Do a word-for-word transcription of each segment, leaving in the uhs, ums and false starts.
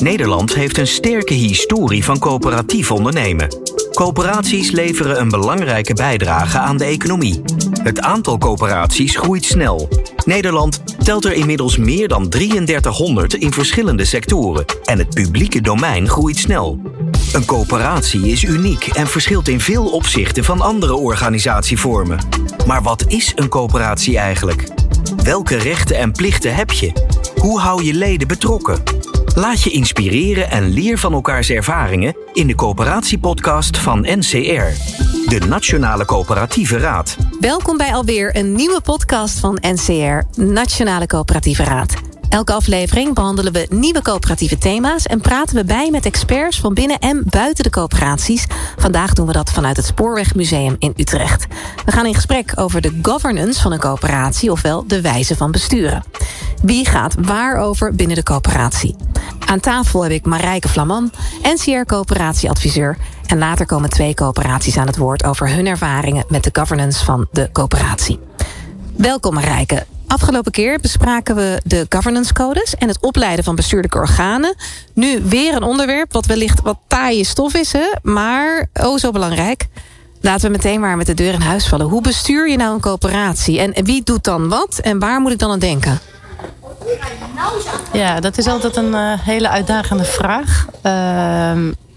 Nederland heeft een sterke historie van coöperatief ondernemen. Coöperaties leveren een belangrijke bijdrage aan de economie. Het aantal coöperaties groeit snel. Nederland telt er inmiddels meer dan drieëndertighonderd in verschillende sectoren. En het publieke domein groeit snel. Een coöperatie is uniek en verschilt in veel opzichten van andere organisatievormen. Maar wat is een coöperatie eigenlijk? Welke rechten en plichten heb je? Hoe hou je leden betrokken? Laat je inspireren en leer van elkaars ervaringen in de coöperatiepodcast van N C R, de Nationale Coöperatieve Raad. Welkom bij alweer een nieuwe podcast van N C R, Nationale Coöperatieve Raad. Elke aflevering behandelen we nieuwe coöperatieve thema's en praten we bij met experts van binnen en buiten de coöperaties. Vandaag doen we dat vanuit het Spoorwegmuseum in Utrecht. We gaan in gesprek over de governance van een coöperatie, ofwel de wijze van besturen. Wie gaat waarover binnen de coöperatie? Aan tafel heb ik Marijke Flamman, N C R-coöperatieadviseur. En later komen twee coöperaties aan het woord over hun ervaringen met de governance van de coöperatie. Welkom Marijke. Afgelopen keer bespraken we de governance codes en het opleiden van bestuurlijke organen. Nu weer een onderwerp wat wellicht wat taaie stof is, hè? Maar oh zo belangrijk. Laten we meteen maar met de deur in huis vallen. Hoe bestuur je nou een coöperatie? En wie doet dan wat? En waar moet ik dan aan denken? Ja, dat is altijd een uh, hele uitdagende vraag. Uh,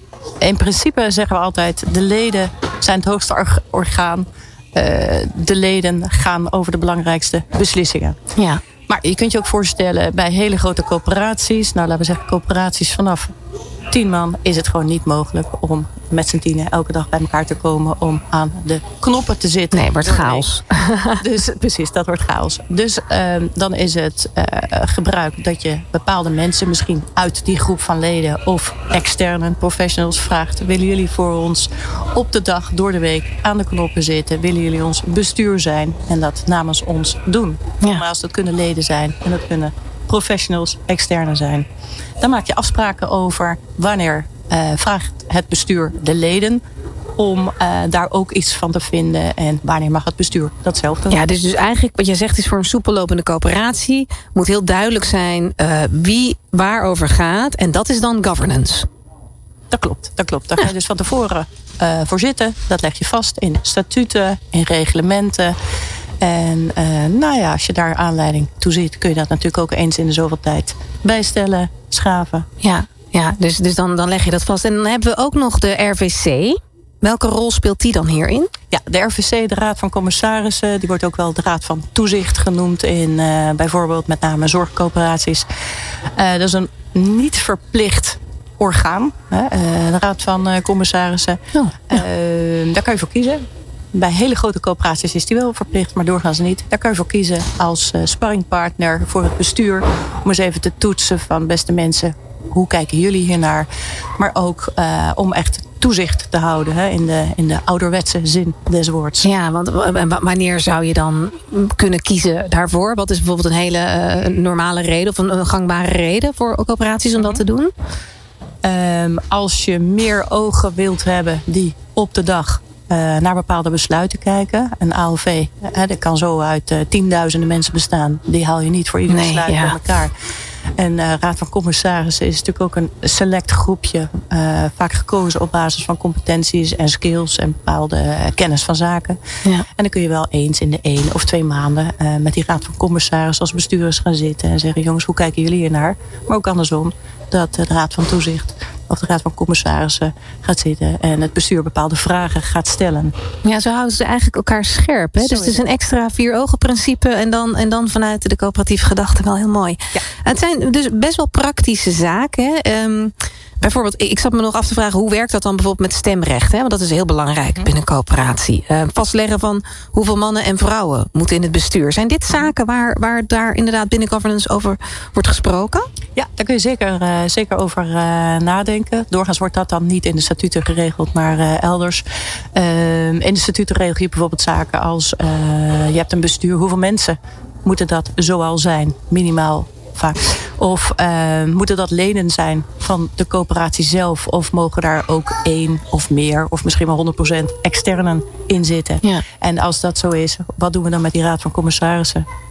in principe zeggen we altijd, de leden zijn het hoogste or- orgaan. Uh, de leden gaan over de belangrijkste beslissingen. Ja. Maar je kunt je ook voorstellen bij hele grote coöperaties, nou laten we zeggen coöperaties vanaf tien man, is het gewoon niet mogelijk om met z'n tienen elke dag bij elkaar te komen om aan de knoppen te zitten. Nee, wordt chaos. Dus precies, dat wordt chaos. Dus uh, dan is het uh, gebruik dat je bepaalde mensen misschien uit die groep van leden of externe professionals vraagt: willen jullie voor ons op de dag door de week aan de knoppen zitten? Willen jullie ons bestuur zijn en dat namens ons doen? Ja. Maar als dat kunnen leden zijn en dat kunnen professionals, externe zijn, dan maak je afspraken over wanneer uh, vraagt het bestuur de leden om uh, daar ook iets van te vinden en wanneer mag het bestuur dat zelf doen. Ja, dus, dus eigenlijk wat jij zegt is voor een soepel lopende coöperatie moet heel duidelijk zijn uh, wie waarover gaat en dat is dan governance. Dat klopt, dat klopt. Daar ga je dus van tevoren uh, voor zitten. Dat leg je vast in statuten, in reglementen. En uh, nou ja, als je daar aanleiding toe ziet, kun je dat natuurlijk ook eens in de zoveel tijd bijstellen, schaven. Ja, ja dus, dus dan, dan leg je dat vast. En dan hebben we ook nog de R V C. Welke rol speelt die dan hierin? Ja, de R V C, de Raad van Commissarissen, die wordt ook wel de Raad van Toezicht genoemd in uh, bijvoorbeeld met name zorgcoöperaties. Uh, dat is een niet verplicht orgaan, hè, uh, de Raad van uh, Commissarissen. Oh, ja. uh, daar kan je voor kiezen. Bij hele grote coöperaties is die wel verplicht, maar doorgaans niet. Daar kan je voor kiezen als uh, sparringpartner voor het bestuur om eens even te toetsen van beste mensen, hoe kijken jullie hiernaar? Maar ook uh, om echt toezicht te houden, hè, in, de, in de ouderwetse zin des woords. Ja, want wanneer zou je dan kunnen kiezen daarvoor? Wat is bijvoorbeeld een hele uh, normale reden of een, een gangbare reden voor coöperaties om dat te doen? Um, als je meer ogen wilt hebben die op de dag Uh, naar bepaalde besluiten kijken. Een A O V, hè, dat kan zo uit uh, tienduizenden mensen bestaan. Die haal je niet voor ieder nee, besluit ja. bij elkaar. En uh, Raad van Commissarissen is natuurlijk ook een select groepje. Uh, vaak gekozen op basis van competenties en skills en bepaalde uh, kennis van zaken. Ja. En dan kun je wel eens in de één of twee maanden uh, met die Raad van Commissarissen als bestuurders gaan zitten en zeggen: jongens, hoe kijken jullie hier naar? Maar ook andersom, dat de Raad van Toezicht of de Raad van Commissarissen gaat zitten en het bestuur bepaalde vragen gaat stellen. Ja, zo houden ze eigenlijk elkaar scherp. Hè? Dus het is een extra vier ogen principe en dan, en dan vanuit de coöperatieve gedachte wel heel mooi. Ja. Het zijn dus best wel praktische zaken. Um, bijvoorbeeld, ik zat me nog af te vragen, hoe werkt dat dan bijvoorbeeld met stemrecht? Hè? Want dat is heel belangrijk binnen een coöperatie. Uh, vastleggen van hoeveel mannen en vrouwen moeten in het bestuur. Zijn dit zaken waar, waar daar inderdaad binnen governance over wordt gesproken? Ja, daar kun je zeker, uh, zeker over uh, nadenken. Doorgaans wordt dat dan niet in de statuten geregeld, maar uh, elders. Uh, in de statuten regel je bijvoorbeeld zaken als uh, je hebt een bestuur. Hoeveel mensen moeten dat zoal zijn? Minimaal vaak. Of uh, moeten dat leden zijn van de coöperatie zelf? Of mogen daar ook één of meer, of misschien wel honderd procent externen in zitten? Ja. En als dat zo is, wat doen we dan met die Raad van Commissarissen?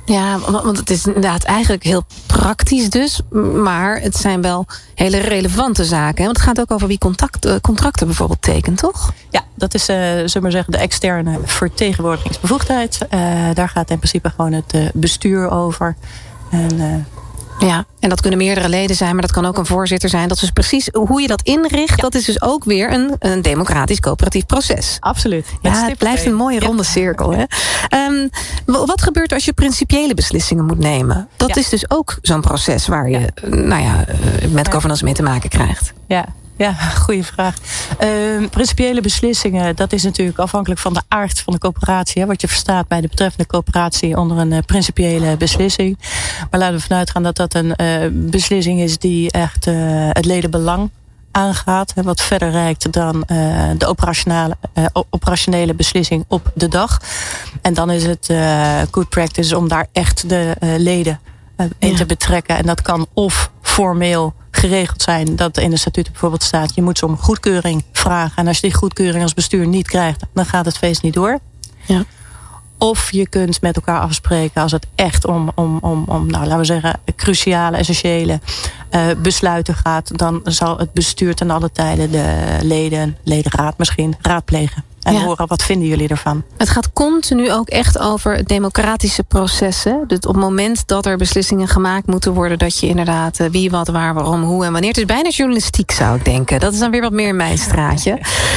Ja, want het is inderdaad eigenlijk heel praktisch dus. Maar het zijn wel hele relevante zaken. Hè? Want het gaat ook over wie contact, contracten bijvoorbeeld tekent, toch? Ja, dat is, uh, zullen we maar zeggen, de externe vertegenwoordigingsbevoegdheid. Uh, daar gaat in principe gewoon het uh, bestuur over. En... Uh, Ja, en dat kunnen meerdere leden zijn, maar dat kan ook een voorzitter zijn. Dat is dus precies hoe je dat inricht. Ja. Dat is dus ook weer een, een democratisch coöperatief proces. Absoluut. Ja, het blijft een mooie ronde ja. cirkel. Hè? Um, wat gebeurt als je principiële beslissingen moet nemen? Dat ja. is dus ook zo'n proces waar je ja. nou ja, met governance mee te maken krijgt. Ja. Ja, goede vraag. Uh, principiële beslissingen, dat is natuurlijk afhankelijk van de aard van de coöperatie. Hè, wat je verstaat bij de betreffende coöperatie onder een uh, principiële beslissing. Maar laten we vanuit gaan dat dat een uh, beslissing is die echt uh, het ledenbelang aangaat. Hè, wat verder reikt dan uh, de operationele, uh, operationele beslissing op de dag. En dan is het uh, good practice om daar echt de uh, leden uh, in ja. te betrekken. En dat kan of formeel geregeld zijn dat in de statuten bijvoorbeeld staat, je moet ze om goedkeuring vragen. En als je die goedkeuring als bestuur niet krijgt, dan gaat het feest niet door. Ja. Of je kunt met elkaar afspreken als het echt om, om, om, om nou, laten we zeggen, cruciale, essentiële uh, besluiten gaat. Dan zal het bestuur ten alle tijden de leden, ledenraad misschien, raadplegen. En ja. horen, wat vinden jullie ervan? Het gaat continu ook echt over democratische processen. Dus op het moment dat er beslissingen gemaakt moeten worden, dat je inderdaad uh, wie, wat, waar, waarom, hoe en wanneer. Het is bijna journalistiek, zou ik denken. Dat is dan weer wat meer mijn straatje.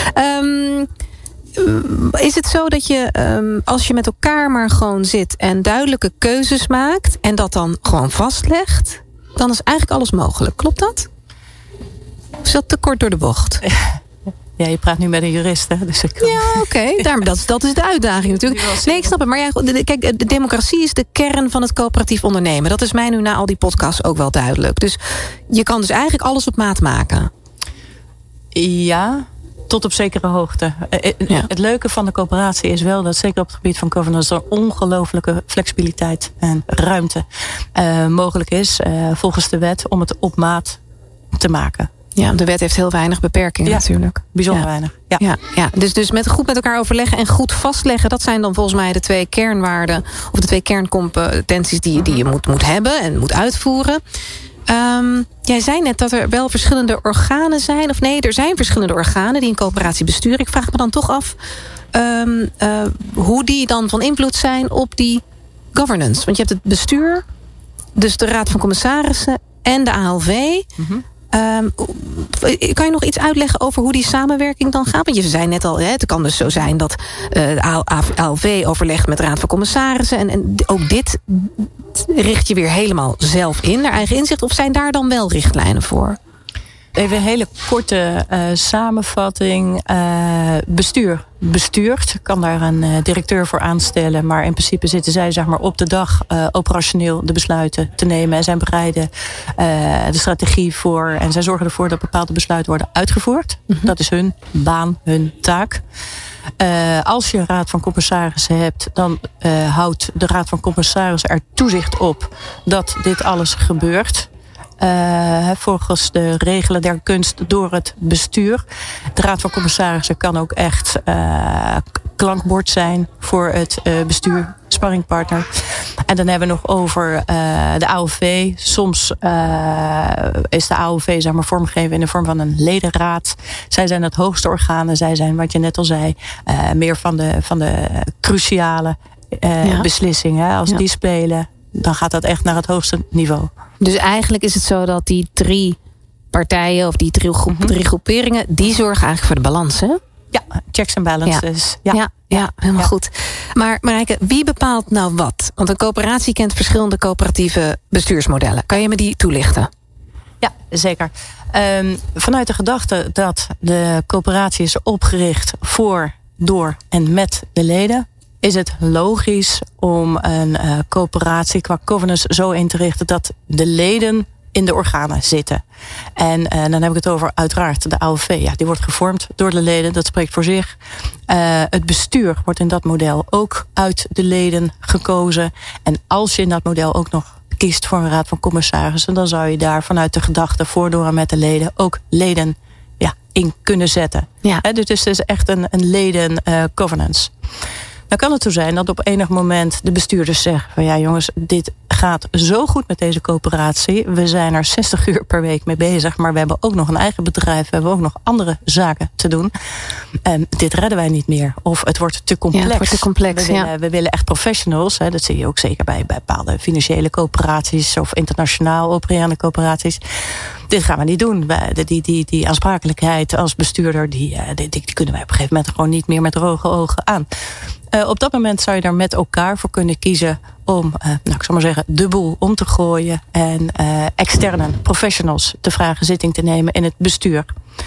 Um, Is het zo dat je, um, als je met elkaar maar gewoon zit en duidelijke keuzes maakt en dat dan gewoon vastlegt, dan is eigenlijk alles mogelijk. Klopt dat? Of is dat te kort door de bocht? Ja, je praat nu met een jurist, hè? Dus ik kan... Ja, oké. Okay. Dat, dat is de uitdaging natuurlijk. Nee, ik snap het. Maar ja, kijk, de democratie is de kern van het coöperatief ondernemen. Dat is mij nu na al die podcasts ook wel duidelijk. Dus je kan dus eigenlijk alles op maat maken. Ja, tot op zekere hoogte. Ja. Het leuke van de coöperatie is wel dat zeker op het gebied van governance er ongelooflijke flexibiliteit en ruimte uh, mogelijk is uh, volgens de wet om het op maat te maken. Ja, de wet heeft heel weinig beperkingen ja, natuurlijk. Bijzonder ja. weinig. Ja. Ja, ja. Dus, dus met goed met elkaar overleggen en goed vastleggen, dat zijn dan volgens mij de twee kernwaarden of de twee kerncompetenties die, die je moet, moet hebben en moet uitvoeren. Um, jij zei net dat er wel verschillende organen zijn. Of nee, er zijn verschillende organen die een coöperatie besturen. Ik vraag me dan toch af um, uh, hoe die dan van invloed zijn op die governance. Want je hebt het bestuur, dus de Raad van Commissarissen en de A L V. Mm-hmm. Um, kan je nog iets uitleggen over hoe die samenwerking dan gaat? Want je zei net al, hè, het kan dus zo zijn dat uh, de A L V overlegt met de Raad van Commissarissen. En, en ook dit richt je weer helemaal zelf in, naar eigen inzicht. Of zijn daar dan wel richtlijnen voor? Even een hele korte uh, samenvatting. Uh, bestuur bestuurt, kan daar een uh, directeur voor aanstellen. Maar in principe zitten zij zeg maar, op de dag uh, operationeel de besluiten te nemen. En zijn bereiden uh, de strategie voor. En zij zorgen ervoor dat bepaalde besluiten worden uitgevoerd. Mm-hmm. Dat is hun baan, hun taak. Uh, als je een raad van commissarissen hebt, dan uh, houdt de raad van commissarissen er toezicht op dat dit alles gebeurt. Uh, volgens de regelen der kunst door het bestuur. De Raad van Commissarissen kan ook echt uh, klankbord zijn voor het uh, bestuur, sparringpartner. En dan hebben we nog over uh, de A O V. Soms uh, is de A O V zeg maar, vormgegeven in de vorm van een ledenraad. Zij zijn het hoogste orgaan. Zij zijn, wat je net al zei, uh, meer van de, van de cruciale uh, ja. beslissingen. Als ja. die spelen, dan gaat dat echt naar het hoogste niveau. Dus eigenlijk is het zo dat die drie partijen of die drie, groep, mm-hmm. drie groeperingen, die zorgen eigenlijk voor de balans, hè? Ja, checks en balances. Ja, ja, ja, ja helemaal ja. goed. Maar Marijke, wie bepaalt nou wat? Want een coöperatie kent verschillende coöperatieve bestuursmodellen. Kan je me die toelichten? Ja, zeker. Um, vanuit de gedachte dat de coöperatie is opgericht voor, door en met de leden, is het logisch om een uh, coöperatie qua governance zo in te richten dat de leden in de organen zitten. En uh, dan heb ik het over uiteraard de A O V. Ja, die wordt gevormd door de leden, dat spreekt voor zich. Uh, het bestuur wordt in dat model ook uit de leden gekozen. En als je in dat model ook nog kiest voor een raad van commissarissen, dan zou je daar vanuit de gedachte voor, door en met de leden ook leden ja, in kunnen zetten. Ja. He, dus het is echt een, een leden uh, governance. Dan kan het zo zijn dat op enig moment de bestuurders zeggen van ja jongens, dit gaat zo goed met deze coöperatie. We zijn er zestig uur per week mee bezig, maar we hebben ook nog een eigen bedrijf. We hebben ook nog andere zaken te doen. En dit redden wij niet meer. Of het wordt te complex. Ja, het wordt te complex, we, ja. willen, we willen echt professionals. Hè, dat zie je ook zeker bij, bij bepaalde financiële coöperaties of internationaal opererende coöperaties. Dit gaan we niet doen. Die, die, die, die aansprakelijkheid als bestuurder, die, die, die kunnen wij op een gegeven moment gewoon niet meer met droge ogen aan. Uh, op dat moment zou je daar met elkaar voor kunnen kiezen om, uh, nou, ik zal maar zeggen, de boel om te gooien en uh, externe professionals te vragen zitting te nemen in het bestuur.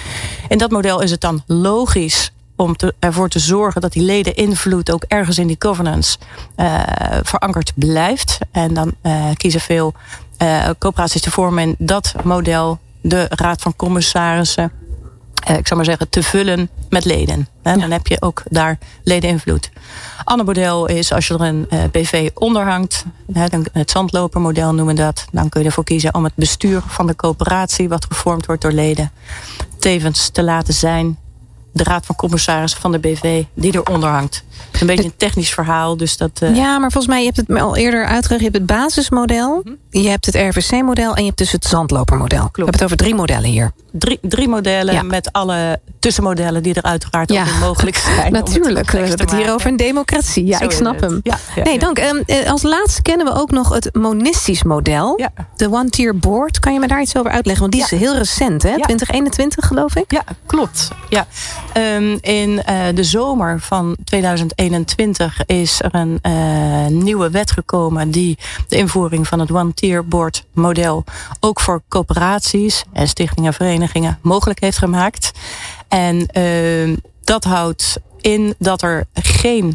In dat model is het dan logisch om te, ervoor te zorgen dat die ledeninvloed ook ergens in die governance uh, verankerd blijft. En dan uh, kiezen veel uh, coöperaties te vormen in dat model de Raad van Commissarissen, uh, ik zou maar zeggen, te vullen met leden. Hè? Ja. Dan heb je ook daar ledeninvloed. Ander model is als je er een uh, B V onder hangt, hè, dan, het zandlopermodel noemen we dat. Dan kun je ervoor kiezen om het bestuur van de coöperatie, wat gevormd wordt door leden, tevens te laten zijn de Raad van Commissarissen van de B V die eronder hangt. Het is een beetje een technisch verhaal. Dus dat, uh... Ja, maar volgens mij, je hebt het al eerder uitgelegd. Je hebt het basismodel, hm? je hebt het R V C-model en je hebt dus het zandlopermodel. Klopt. We hebben het over drie modellen hier. Drie, drie modellen ja. met alle tussenmodellen die er uiteraard ja. ook mogelijk zijn. Natuurlijk, we hebben het hier over een democratie. Ja, Zo ik snap hem. Ja, ja, nee, ja. dank. Um, als laatste kennen we ook nog het monistisch model. Ja. De One-Tier Board. Kan je me daar iets over uitleggen? Want die is ja. heel recent, hè? Ja. twintig eenentwintig geloof ik. Ja, klopt. Ja. Um, in uh, de zomer van tweeduizend eenentwintig is er een uh, nieuwe wet gekomen die de invoering van het One-Tier Board model ook voor coöperaties en stichtingen en verenigingen mogelijk heeft gemaakt. En uh, dat houdt in dat er geen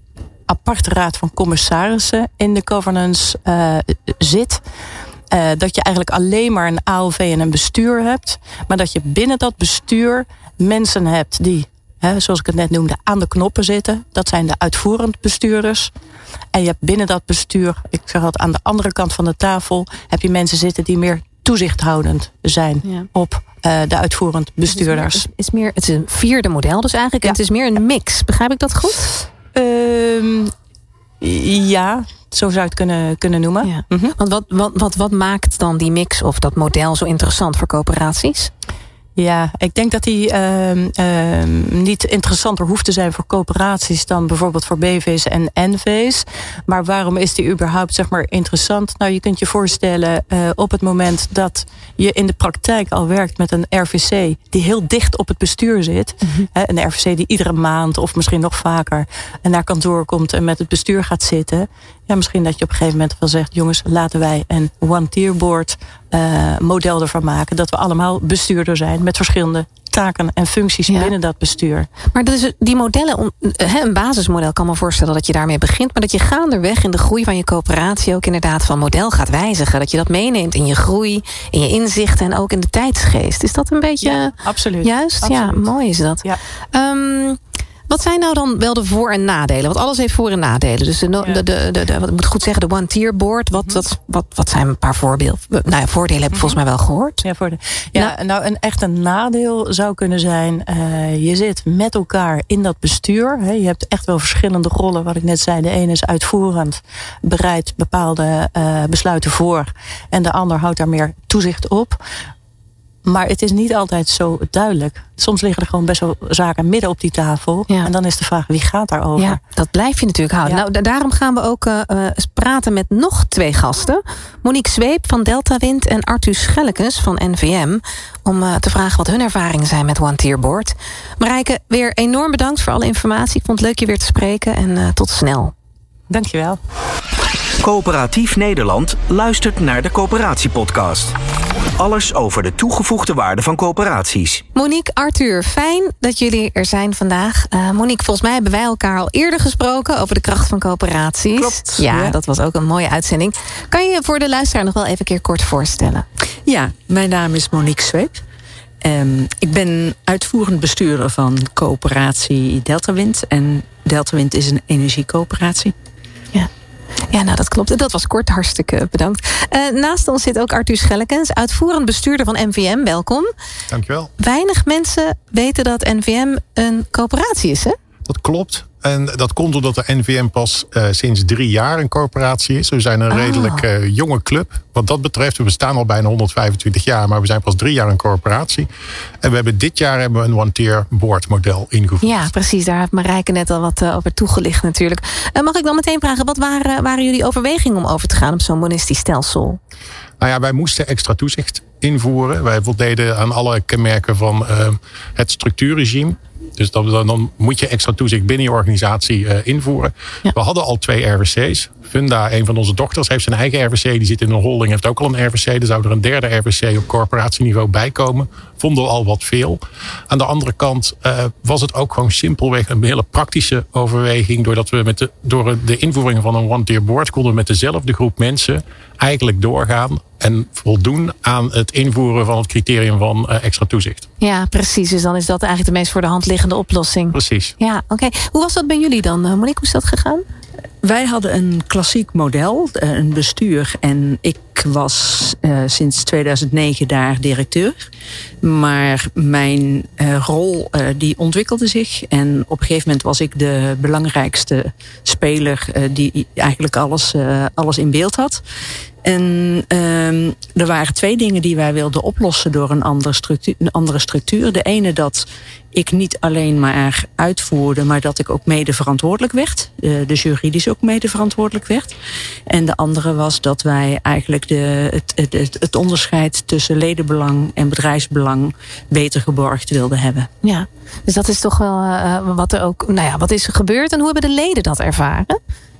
aparte raad van commissarissen in de governance uh, zit. Uh, dat je eigenlijk alleen maar een A O V en een bestuur hebt. Maar dat je binnen dat bestuur mensen hebt die, hè, zoals ik het net noemde, aan de knoppen zitten. Dat zijn de uitvoerend bestuurders. En je hebt binnen dat bestuur, ik zeg dat aan de andere kant van de tafel, heb je mensen zitten die meer toezichthoudend zijn ja. op uh, de uitvoerend bestuurders. Het is, meer, het is een vierde model dus eigenlijk. Ja. En het is meer een mix. Begrijp ik dat goed? Uh, ja, zo zou je het kunnen, kunnen noemen. Ja. Mm-hmm. Want wat, wat, wat, wat maakt dan die mix of dat model zo interessant voor coöperaties? Ja, ik denk dat die uh, uh, niet interessanter hoeft te zijn voor coöperaties dan bijvoorbeeld voor B V's en N V's. Maar waarom is die überhaupt zeg maar interessant? Nou, je kunt je voorstellen uh, op het moment dat je in de praktijk al werkt met een R V C die heel dicht op het bestuur zit. Mm-hmm. Hè, een R V C die iedere maand of misschien nog vaker naar kantoor komt en met het bestuur gaat zitten. Ja, misschien dat je op een gegeven moment wel zegt, jongens, laten wij een One-Tier Board uh, model ervan maken. Dat we allemaal bestuurder zijn met verschillende taken en functies ja. binnen dat bestuur. Maar dat is die modellen, een basismodel kan me voorstellen dat je daarmee begint, maar dat je gaandeweg in de groei van je coöperatie ook inderdaad van model gaat wijzigen. Dat je dat meeneemt in je groei, in je inzichten en ook in de tijdsgeest. Is dat een beetje ja, absoluut. juist? Absoluut. Ja, mooi is dat. Ja. Um, Wat zijn nou dan wel de voor- en nadelen? Want alles heeft voor- en nadelen. Dus de, no- ja. de, de, de, de, wat ik moet goed zeggen, de One-Tier Board. Wat, mm-hmm. wat, wat, wat zijn een paar voorbeelden? Nou ja, voordelen heb ik mm-hmm. volgens mij wel gehoord. Ja, voordelen. Ja, nou, nou een echt een nadeel zou kunnen zijn. Uh, je zit met elkaar in dat bestuur. Hè, je hebt echt wel verschillende rollen. Wat ik net zei, de ene is uitvoerend. Bereidt bepaalde uh, besluiten voor. En de ander houdt daar meer toezicht op. Maar het is niet altijd zo duidelijk. Soms liggen er gewoon best wel zaken midden op die tafel. Ja. En dan is de vraag, wie gaat daarover? Ja, dat blijf je natuurlijk houden. Ja. Nou, daarom gaan we ook uh, praten met nog twee gasten. Monique Zweep van Deltawind en Arthur Schellekens van N V M. Om uh, te vragen wat hun ervaringen zijn met One-Tier Board. Marijke, weer enorm bedankt voor alle informatie. Ik vond het leuk je weer te spreken. En uh, tot snel. Dankjewel. Coöperatief Nederland luistert naar de Coöperatiepodcast. Alles over de toegevoegde waarde van coöperaties. Monique, Arthur, fijn dat jullie er zijn vandaag. Uh, Monique, volgens mij hebben wij elkaar al eerder gesproken over de kracht van coöperaties. Klopt. Ja, ja, dat was ook een mooie uitzending. Kan je je voor de luisteraar nog wel even een keer kort voorstellen? Ja, mijn naam is Monique Zweep. Um, ik ben uitvoerend bestuurder van coöperatie Deltawind. En Deltawind is een energiecoöperatie. Ja. Ja, nou dat klopt. Dat was kort. Hartstikke bedankt. Uh, naast ons zit ook Arthur Schellekens, uitvoerend bestuurder van N V M. Welkom. Dankjewel. Weinig mensen weten dat N V M een coöperatie is, hè? Dat klopt. En dat komt doordat de N V M pas uh, sinds drie jaar een corporatie is. We zijn een oh. redelijk uh, jonge club. Wat dat betreft, we bestaan al bijna honderdvijfentwintig jaar. Maar we zijn pas drie jaar een corporatie. En we hebben dit jaar hebben we een one-tier board model ingevoerd. Ja, precies. Daar heeft Marijke net al wat uh, over toegelicht natuurlijk. Uh, mag ik dan meteen vragen, wat waren, waren jullie overwegingen om over te gaan op zo'n monistisch stelsel? Nou ja, wij moesten extra toezicht invoeren. Wij voldeden aan alle kenmerken van uh, het structuurregime. Dus dan, dan moet je extra toezicht binnen je organisatie uh, invoeren. Ja. We hadden al twee R V C's. Funda, een van onze dochters, heeft zijn eigen R V C. Die zit in een holding, heeft ook al een R V C. Er zou er een derde R V C op corporatieniveau bij komen. Vonden we al wat veel. Aan de andere kant uh, was het ook gewoon simpelweg een hele praktische overweging. Doordat we met de, door de invoering van een one-tier board konden we met dezelfde groep mensen eigenlijk doorgaan en voldoen aan het invoeren van het criterium van uh, extra toezicht. Ja, precies. Dus dan is dat eigenlijk de meest voor de hand liggende oplossing. Precies. Ja, oké. Okay. Hoe was dat bij jullie dan, Monique? Hoe is dat gegaan? Wij hadden een klassiek model, een bestuur. En ik was uh, sinds tweeduizend negen daar directeur. Maar mijn uh, rol uh, die ontwikkelde zich. En op een gegeven moment was ik de belangrijkste speler uh, die eigenlijk alles, uh, alles in beeld had. En uh, er waren twee dingen die wij wilden oplossen door een andere structuur. Een andere structuur. De ene dat ik niet alleen maar uitvoerde, maar dat ik ook mede verantwoordelijk werd. Uh, dus juridisch ook mede verantwoordelijk werd. En de andere was dat wij eigenlijk de, het, het, het onderscheid tussen ledenbelang en bedrijfsbelang beter geborgd wilden hebben. Ja, dus dat is toch wel uh, wat er ook, nou ja, wat is er gebeurd en hoe hebben de leden dat ervaren?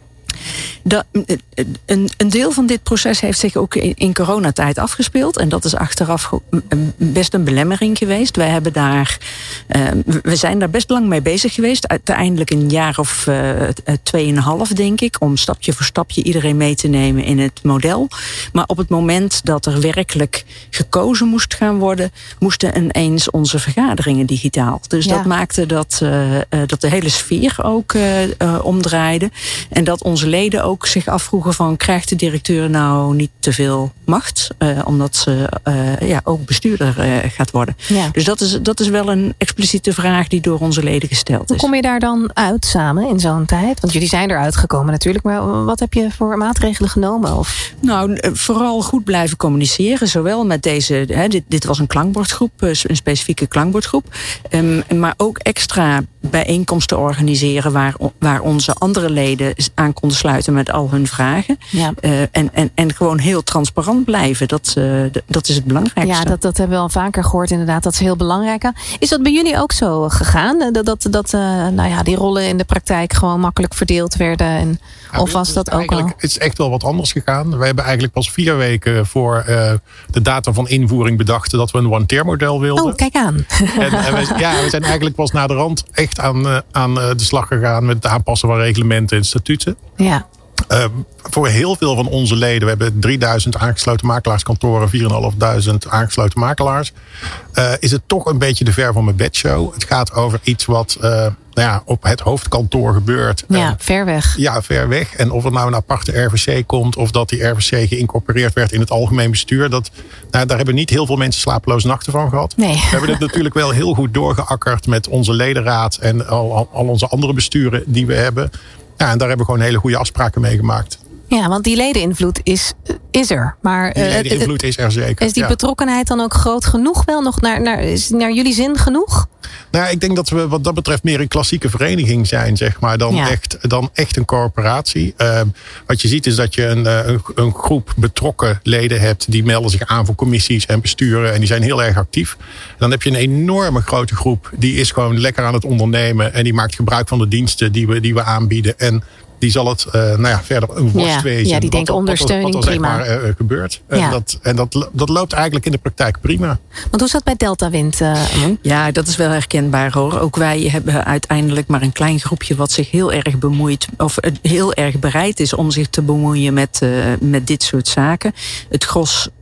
De, een, een deel van dit proces heeft zich ook in, in coronatijd afgespeeld. En dat is achteraf best een belemmering geweest. Wij hebben daar, uh, we zijn daar best lang mee bezig geweest. Uiteindelijk een jaar of uh, tweeënhalf, denk ik. Om stapje voor stapje iedereen mee te nemen in het model. Maar op het moment dat er werkelijk gekozen moest gaan worden, moesten ineens onze vergaderingen digitaal. Dus ja. dat maakte dat, uh, dat de hele sfeer ook uh, uh, omdraaide. En dat onze leden ook zich afvroegen van, krijgt de directeur nou niet te veel macht? Uh, omdat ze uh, ja, ook bestuurder uh, gaat worden. Ja. Dus dat is, dat is wel een expliciete vraag die door onze leden gesteld is. Hoe kom je daar dan uit samen in zo'n tijd? Want jullie zijn eruit gekomen natuurlijk. Maar wat heb je voor maatregelen genomen? Of? Nou, vooral goed blijven communiceren. Zowel met deze, hè, dit, dit was een klankbordgroep, een specifieke klankbordgroep. Um, maar ook extra bijeenkomsten organiseren waar, waar onze andere leden aan konden sluiten met al hun vragen. Ja. Uh, en, en, en gewoon heel transparant blijven. Dat, uh, d- dat is het belangrijkste. Ja, dat, dat hebben we al vaker gehoord inderdaad. Dat is heel belangrijk. Is dat bij jullie ook zo gegaan? Dat, dat, dat uh, nou ja, die rollen in de praktijk gewoon makkelijk verdeeld werden? En, ja, of was dat ook al? Het is echt wel wat anders gegaan. We hebben eigenlijk pas vier weken voor uh, de data van invoering bedacht dat we een one-tier model wilden. Oh, kijk aan. En, en wij, ja, we zijn eigenlijk pas na de rand echt aan, uh, aan uh, de slag gegaan met het aanpassen van reglementen en statuten. Ja. Uh, voor heel veel van onze leden, we hebben drieduizend aangesloten makelaarskantoren, vierduizend vijfhonderd aangesloten makelaars. Uh, is het toch een beetje de ver van mijn bedshow. Het gaat over iets wat uh, nou ja, op het hoofdkantoor gebeurt. Ja, en, ver weg. Ja, ver weg. En of er nou een aparte R V C komt of dat die R V C geïncorporeerd werd in het algemeen bestuur. Dat, nou, daar hebben niet heel veel mensen slapeloze nachten van gehad. Nee. We hebben het natuurlijk wel heel goed doorgeakkerd met onze ledenraad en al, al, al onze andere besturen die we hebben. Ja, en daar hebben we gewoon hele goede afspraken mee gemaakt. Ja, want die ledeninvloed is, is er. Maar, die ledeninvloed uh, is er zeker. Is die ja. betrokkenheid dan ook groot genoeg wel? Nog naar, naar, is naar jullie zin genoeg? Nou, ik denk dat we wat dat betreft meer een klassieke vereniging zijn, zeg maar, dan, ja. echt, dan echt een corporatie. Uh, wat je ziet is dat je een, een, een groep betrokken leden hebt die melden zich aan voor commissies en besturen en die zijn heel erg actief. En dan heb je een enorme grote groep die is gewoon lekker aan het ondernemen en die maakt gebruik van de diensten die we, die we aanbieden. En die zal het uh, nou ja, verder een worst ja, wezen. Ja, die denken ondersteuning wat er, prima. Wat er zeg maar, uh, gebeurt. Ja. En, dat, en dat, dat loopt eigenlijk in de praktijk prima. Want hoe zat bij Deltawind? Uh, ja, dat is wel herkenbaar hoor. Ook wij hebben uiteindelijk maar een klein groepje wat zich heel erg bemoeit. Of heel erg bereid is om zich te bemoeien met, uh, met dit soort zaken. Het gros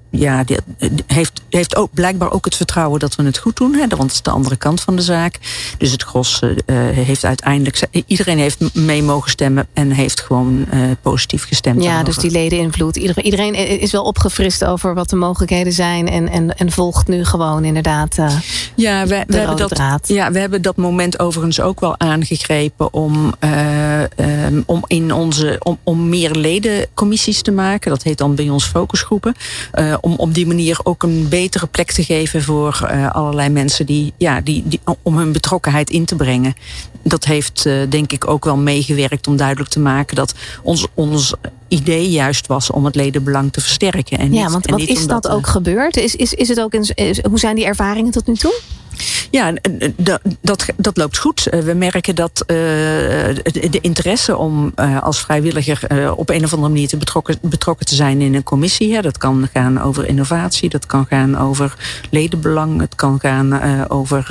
ja, die, die heeft, heeft ook blijkbaar ook het vertrouwen dat we het goed doen. Hè, want het is de andere kant van de zaak. Dus het gros uh, heeft uiteindelijk... Iedereen heeft mee mogen stemmen en heeft gewoon uh, positief gestemd. Ja, dus die ledeninvloed. Iedereen, iedereen is wel opgefrist over wat de mogelijkheden zijn. En, en, en volgt nu gewoon inderdaad uh, ja, we, we hebben dat, draad. Ja, we hebben dat moment overigens ook wel aangegrepen om, uh, um, om, in onze, om, om meer ledencommissies te maken. Dat heet dan bij ons focusgroepen. Uh, om op die manier ook een betere plek te geven voor uh, allerlei mensen die, ja, die, die, om hun betrokkenheid in te brengen. Dat heeft uh, denk ik ook wel meegewerkt om duidelijk te maken dat ons, ons idee juist was om het ledenbelang te versterken. En ja, niet, want en wat niet is dat omdat, ook gebeurd? Is, is, is het ook in, is, hoe zijn die ervaringen tot nu toe? Ja, dat, dat, dat loopt goed. We merken dat uh, de interesse om uh, als vrijwilliger uh, op een of andere manier te betrokken, betrokken te zijn in een commissie. Hè. Dat kan gaan over innovatie, dat kan gaan over ledenbelang, het kan gaan uh, over,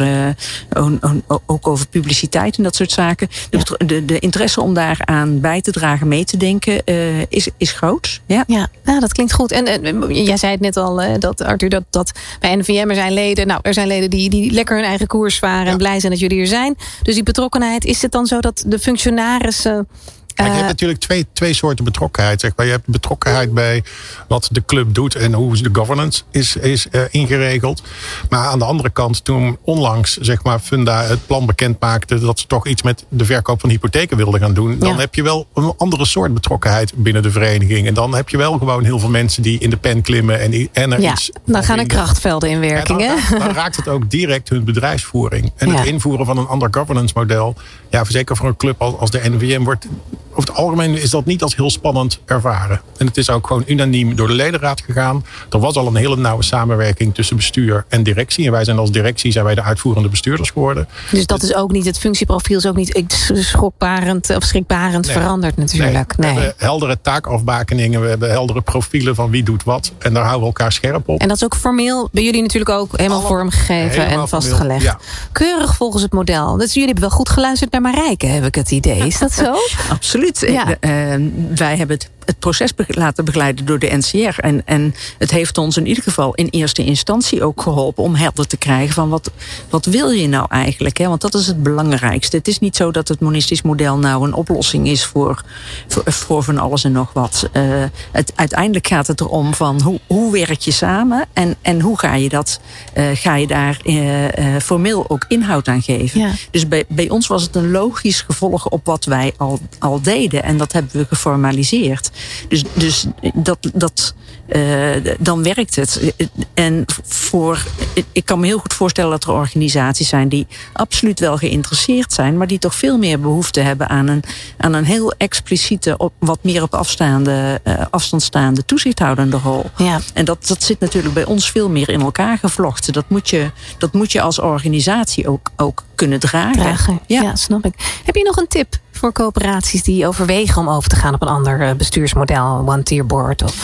uh, ook over publiciteit en dat soort zaken. De, ja. de, de interesse om daaraan bij te dragen, mee te denken, uh, is, is groot. Ja, ja nou, dat klinkt goed. En uh, jij zei het net al, uh, dat, Arthur, dat, dat bij N V M er zijn leden, nou, er zijn leden die, die lekker hun eigen koers varen ja. en blij zijn dat jullie er zijn. Dus die betrokkenheid, is het dan zo dat de functionarissen... Kijk, je hebt natuurlijk twee, twee soorten betrokkenheid. Zeg maar. Je hebt betrokkenheid bij wat de club doet en hoe de governance is, is uh, ingeregeld. Maar aan de andere kant, toen onlangs zeg maar, Funda het plan bekend maakte dat ze toch iets met de verkoop van hypotheken wilden gaan doen, dan ja. heb je wel een andere soort betrokkenheid binnen de vereniging. En dan heb je wel gewoon heel veel mensen die in de pen klimmen en, die, en er ja, iets. Dan gaan er krachtvelden in werking. Ja, dan, hè? dan raakt het ook direct hun bedrijfsvoering. En ja. het invoeren van een ander governance model. Ja, zeker voor een club als, als de N V M wordt. Over het algemeen is dat niet als heel spannend ervaren. En het is ook gewoon unaniem door de ledenraad gegaan. Er was al een hele nauwe samenwerking tussen bestuur en directie. En wij zijn als directie zijn wij de uitvoerende bestuurders geworden. Dus dat is ook niet, het functieprofiel is ook niet schokbarend of schrikbarend nee. veranderd natuurlijk. Nee. Nee. We hebben heldere taakafbakeningen. We hebben heldere profielen van wie doet wat. En daar houden we elkaar scherp op. En dat is ook formeel bij jullie natuurlijk ook helemaal Alle, vormgegeven helemaal en vastgelegd. Ja. Keurig volgens het model. Dus jullie hebben wel goed geluisterd naar Marijke, heb ik het idee. Is dat zo? Absoluut. Ja. Uh, wij hebben het, het proces be- laten begeleiden door de N C R. En, en het heeft ons in ieder geval in eerste instantie ook geholpen om helder te krijgen van wat, wat wil je nou eigenlijk? Hè? Want dat is het belangrijkste. Het is niet zo dat het monistisch model nou een oplossing is voor, voor, voor van alles en nog wat. Uh, het, uiteindelijk gaat het erom van hoe, hoe werk je samen en, en hoe ga je dat, uh, ga je daar uh, uh, formeel ook inhoud aan geven. Ja. Dus bij, bij ons was het een logisch gevolg op wat wij al, al deden. En dat hebben we geformaliseerd. Dus, dus dat, dat, uh, dan werkt het. En voor, ik kan me heel goed voorstellen dat er organisaties zijn die absoluut wel geïnteresseerd zijn, maar die toch veel meer behoefte hebben aan een, aan een heel expliciete, op, wat meer op afstaande, uh, afstand staande toezichthoudende rol. Ja. En dat, dat zit natuurlijk bij ons veel meer in elkaar gevlochten. Dat moet je, dat moet je als organisatie ook, ook kunnen dragen. dragen. Ja. ja, snap ik. Heb je nog een tip voor coöperaties die overwegen om over te gaan op een ander bestuursmodel, one-tier board? Of?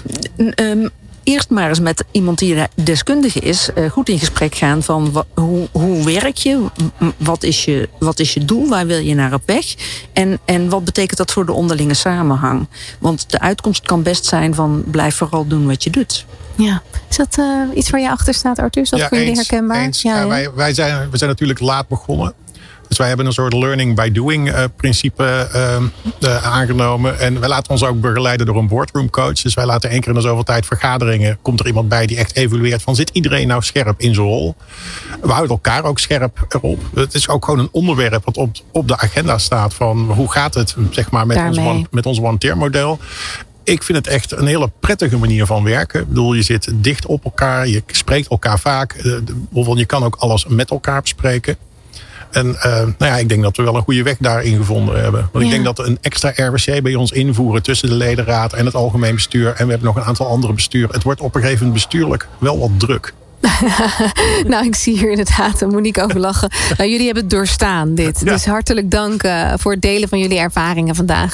Um, Eerst maar eens met iemand die deskundige is, goed in gesprek gaan van wat, hoe, hoe werk je, wat is je, wat is je doel, waar wil je naar op weg en, en wat betekent dat voor de onderlinge samenhang. Want de uitkomst kan best zijn van blijf vooral doen wat je doet. Ja, is dat uh, iets waar je achter staat, Arthur? Is dat ja, voor jullie eens, herkenbaar? Eens. Ja, ja, ja. Wij, wij, zijn, wij zijn natuurlijk laat begonnen. Dus wij hebben een soort learning by doing uh, principe uh, uh, aangenomen. En wij laten ons ook begeleiden door een boardroom coach. Dus wij laten één keer in de zoveel tijd vergaderingen. Komt er iemand bij die echt evalueert van zit iedereen nou scherp in zijn rol? We houden elkaar ook scherp erop. Het is ook gewoon een onderwerp wat op, op de agenda staat van hoe gaat het zeg maar, met, ons one, met ons one-tier model. Ik vind het echt een hele prettige manier van werken. Ik bedoel, je zit dicht op elkaar. Je spreekt elkaar vaak. Uh, je kan ook alles met elkaar bespreken. En uh, nou ja, ik denk dat we wel een goede weg daarin gevonden hebben. Want ja. ik denk dat een extra R W C bij ons invoeren tussen de ledenraad en het algemeen bestuur. En we hebben nog een aantal andere besturen. Het wordt op een gegeven moment bestuurlijk wel wat druk. Nou, ik zie hier inderdaad Monique over lachen. Nou, jullie hebben het doorstaan dit. Ja. Dus hartelijk dank uh, voor het delen van jullie ervaringen vandaag.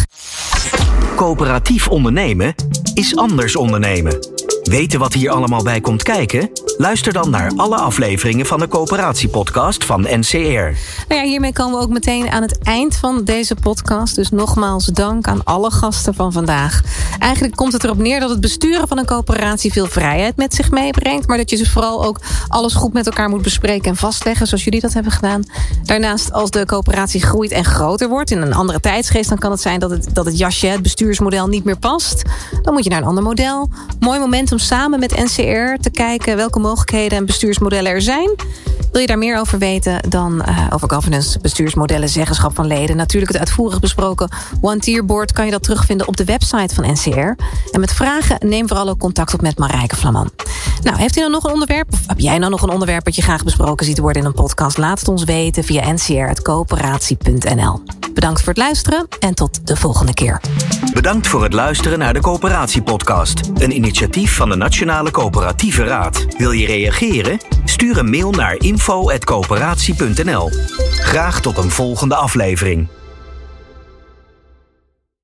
Coöperatief ondernemen is anders ondernemen. Weten wat hier allemaal bij komt kijken? Luister dan naar alle afleveringen van de Coöperatiepodcast van N C R. Nou ja, hiermee komen we ook meteen aan het eind van deze podcast. Dus nogmaals dank aan alle gasten van vandaag. Eigenlijk komt het erop neer dat het besturen van een coöperatie veel vrijheid met zich meebrengt. Maar dat je dus vooral ook alles goed met elkaar moet bespreken en vastleggen, zoals jullie dat hebben gedaan. Daarnaast, als de coöperatie groeit en groter wordt in een andere tijdsgeest, dan kan het zijn dat het, dat het jasje, het bestuursmodel, niet meer past. Dan moet je naar een ander model. Mooi moment om samen met N C R te kijken welke mogelijkheden en bestuursmodellen er zijn. Wil je daar meer over weten dan uh, over governance, bestuursmodellen, zeggenschap van leden? Natuurlijk het uitvoerig besproken One Tier Board kan je dat terugvinden op de website van N C R. En met vragen neem vooral ook contact op met Marijke Vlamman. Nou, heeft u nou nog een onderwerp? Of heb jij nou nog een onderwerp dat je graag besproken ziet worden in een podcast? Laat het ons weten via n c r punt coöperatie punt n l. Bedankt voor het luisteren en tot de volgende keer. Bedankt voor het luisteren naar de Coöperatiepodcast. Een initiatief van de Nationale Coöperatieve Raad. Wil je reageren? Stuur een mail naar info at coöperatie punt n l. Graag tot een volgende aflevering.